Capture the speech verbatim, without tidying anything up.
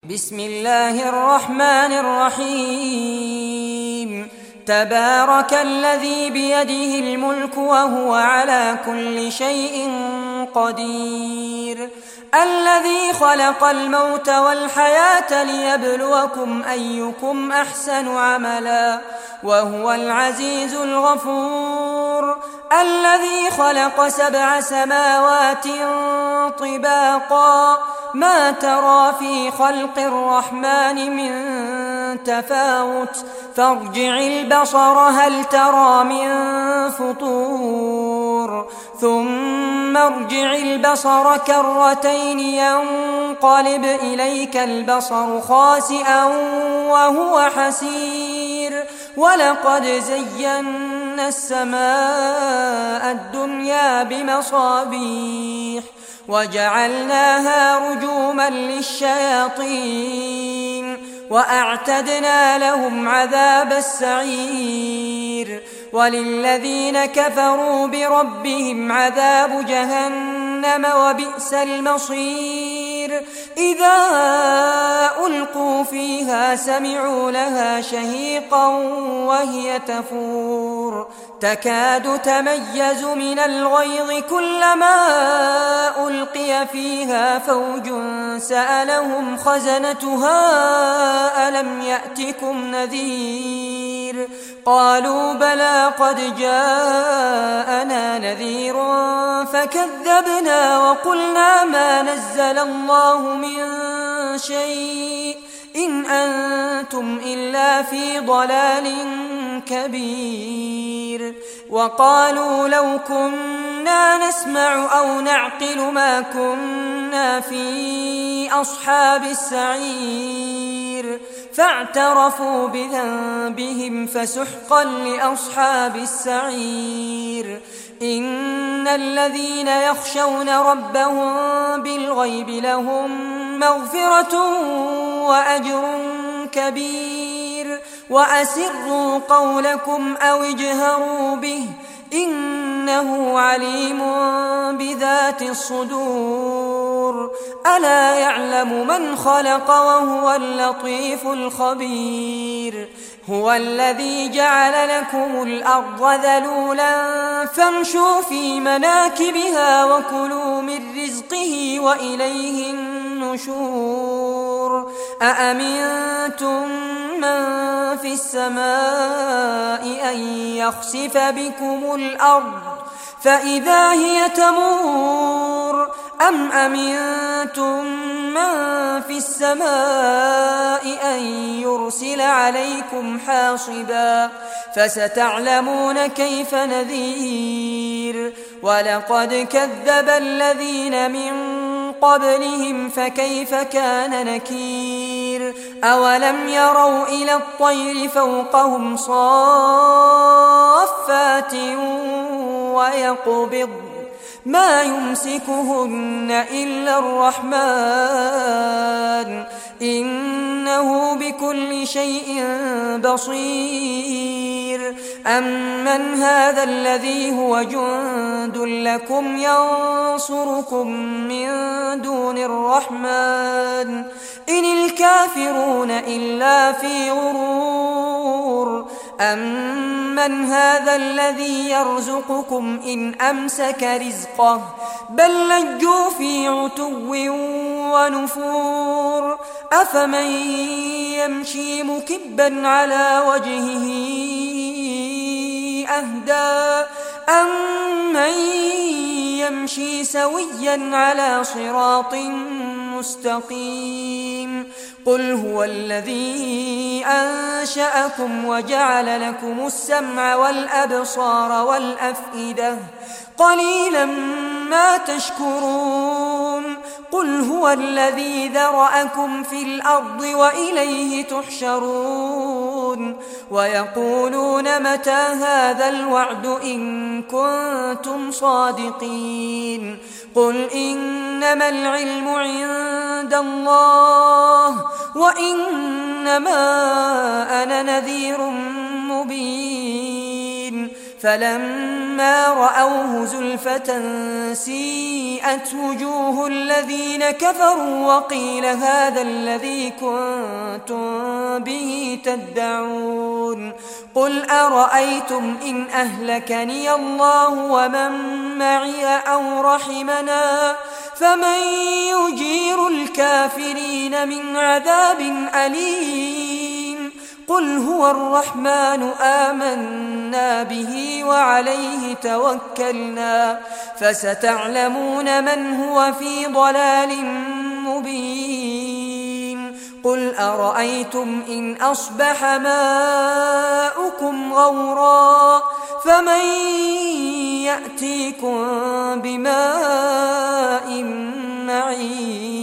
بسم الله الرحمن الرحيم. تبارك الذي بيده الملك وهو على كل شيء قدير، الذي خلق الموت والحياة ليبلوكم أيكم أحسن عملا وهو العزيز الغفور، الذي خلق سبع سماوات طباقا ما ترى في خلق الرحمن من تفاوت فارجع البصر هل ترى من فطور ثم ارجع البصر كرتين ينقلب إليك البصر خاسئا وهو حسير، ولقد زينا السماء الدنيا بمصابيح وجعلناها رجوما للشياطين وأعتدنا لهم عذاب السعير، وللذين كفروا بربهم عذاب جهنم وبئس المصير. إذا ألقوا فيها سمعوا لها شهيقا وهي تفور تكاد تميز من الغيظ كلما ألقي فيها فوج سألهم خزنتها ألم يأتكم نذير قالوا بلى قد جاءنا نذير فكذبنا وقلنا ما نزل الله من شيء إن أنتم إلا في ضلال كبير. وقالوا لو كنا نسمع أو نعقل ما كنا في أصحاب السعير فاعترفوا بذنبهم فسحقا لأصحاب السعير. إن الذين يخشون ربهم بالغيب لهم مغفرة وأجر كبير. وأسروا قولكم أو اجهروا به إنه عليم بذات الصدور. ألا يعلم من خلق وهو اللطيف الخبير. هو الذي جعل لكم الأرض ذلولا فامشوا في مناكبها وكلوا من رزقه وإليه النشور. أأمنتم من في السماء أن يخسف بكم الأرض فإذا هي تمور أم أمنتم من في السماء أن يرسل عليكم حاصبا فستعلمون كيف نذير. ولقد كذب الذين من قبلهم فكيف كان نكير. أولم يروا إلى الطير فوقهم صافات ويقبض ما يمسكهن إلا الرحمن إنه بكل شيء بصير. أمن هذا الذي هو جند لكم ينصركم من دون الرحمن إن الكافرون إلا في غرور. أمن هذا الذي يرزقكم إن أمسك رزقه بل لجوا في عتو ونفور. أفمن يمشي مكبا على وجهه أهدى أمن يمشي سويا على صراط مستقيم. قل هو الذي أنشأكم وجعل لكم السمع والأبصار والأفئدة قليلا ما تشكرون. قل هو الذي ذرأكم في الأرض وإليه تحشرون. ويقولون متى هذا الوعد إن كنتم صادقين. قل إنما العلم عند الله وإنما أنا نذير مبين. فلما رأوه زلفة سيئت وجوه الذين كفروا وقيل هذا الذي كنتم به تدعون قل أرأيتم إن أهلكني الله ومن معي أو رحمنا فمن يجير الكافرين من عذاب أليم قل هو الرحمن آمنا به وعليه توكلنا فستعلمون من هو في ضلال مبين قل أرأيتم إن أصبح ماؤكم غورا فمن يأتيكم بماء معين